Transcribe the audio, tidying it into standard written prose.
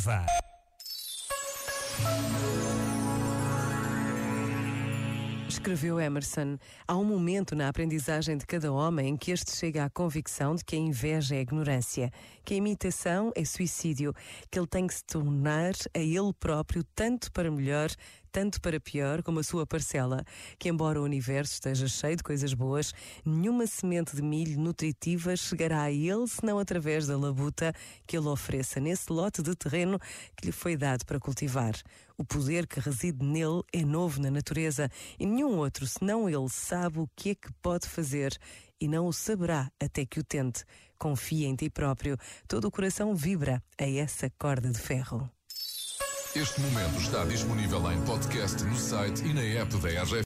Viva! Escreveu Emerson: há um momento na aprendizagem de cada homem em que este chega à convicção de que a inveja é ignorância, que a imitação é suicídio, que ele tem que se tornar a ele próprio tanto para melhor, tanto para pior como a sua parcela, que embora o universo esteja cheio de coisas boas, nenhuma semente de milho nutritiva chegará a ele senão através da labuta que ele ofereça nesse lote de terreno que lhe foi dado para cultivar. O poder que reside nele é novo na natureza e nenhum outro senão ele sabe o que é que pode fazer e não o saberá até que o tente. Confia em ti próprio, todo o coração vibra a essa corda de ferro. Este momento está disponível em podcast no site e na app da RGF.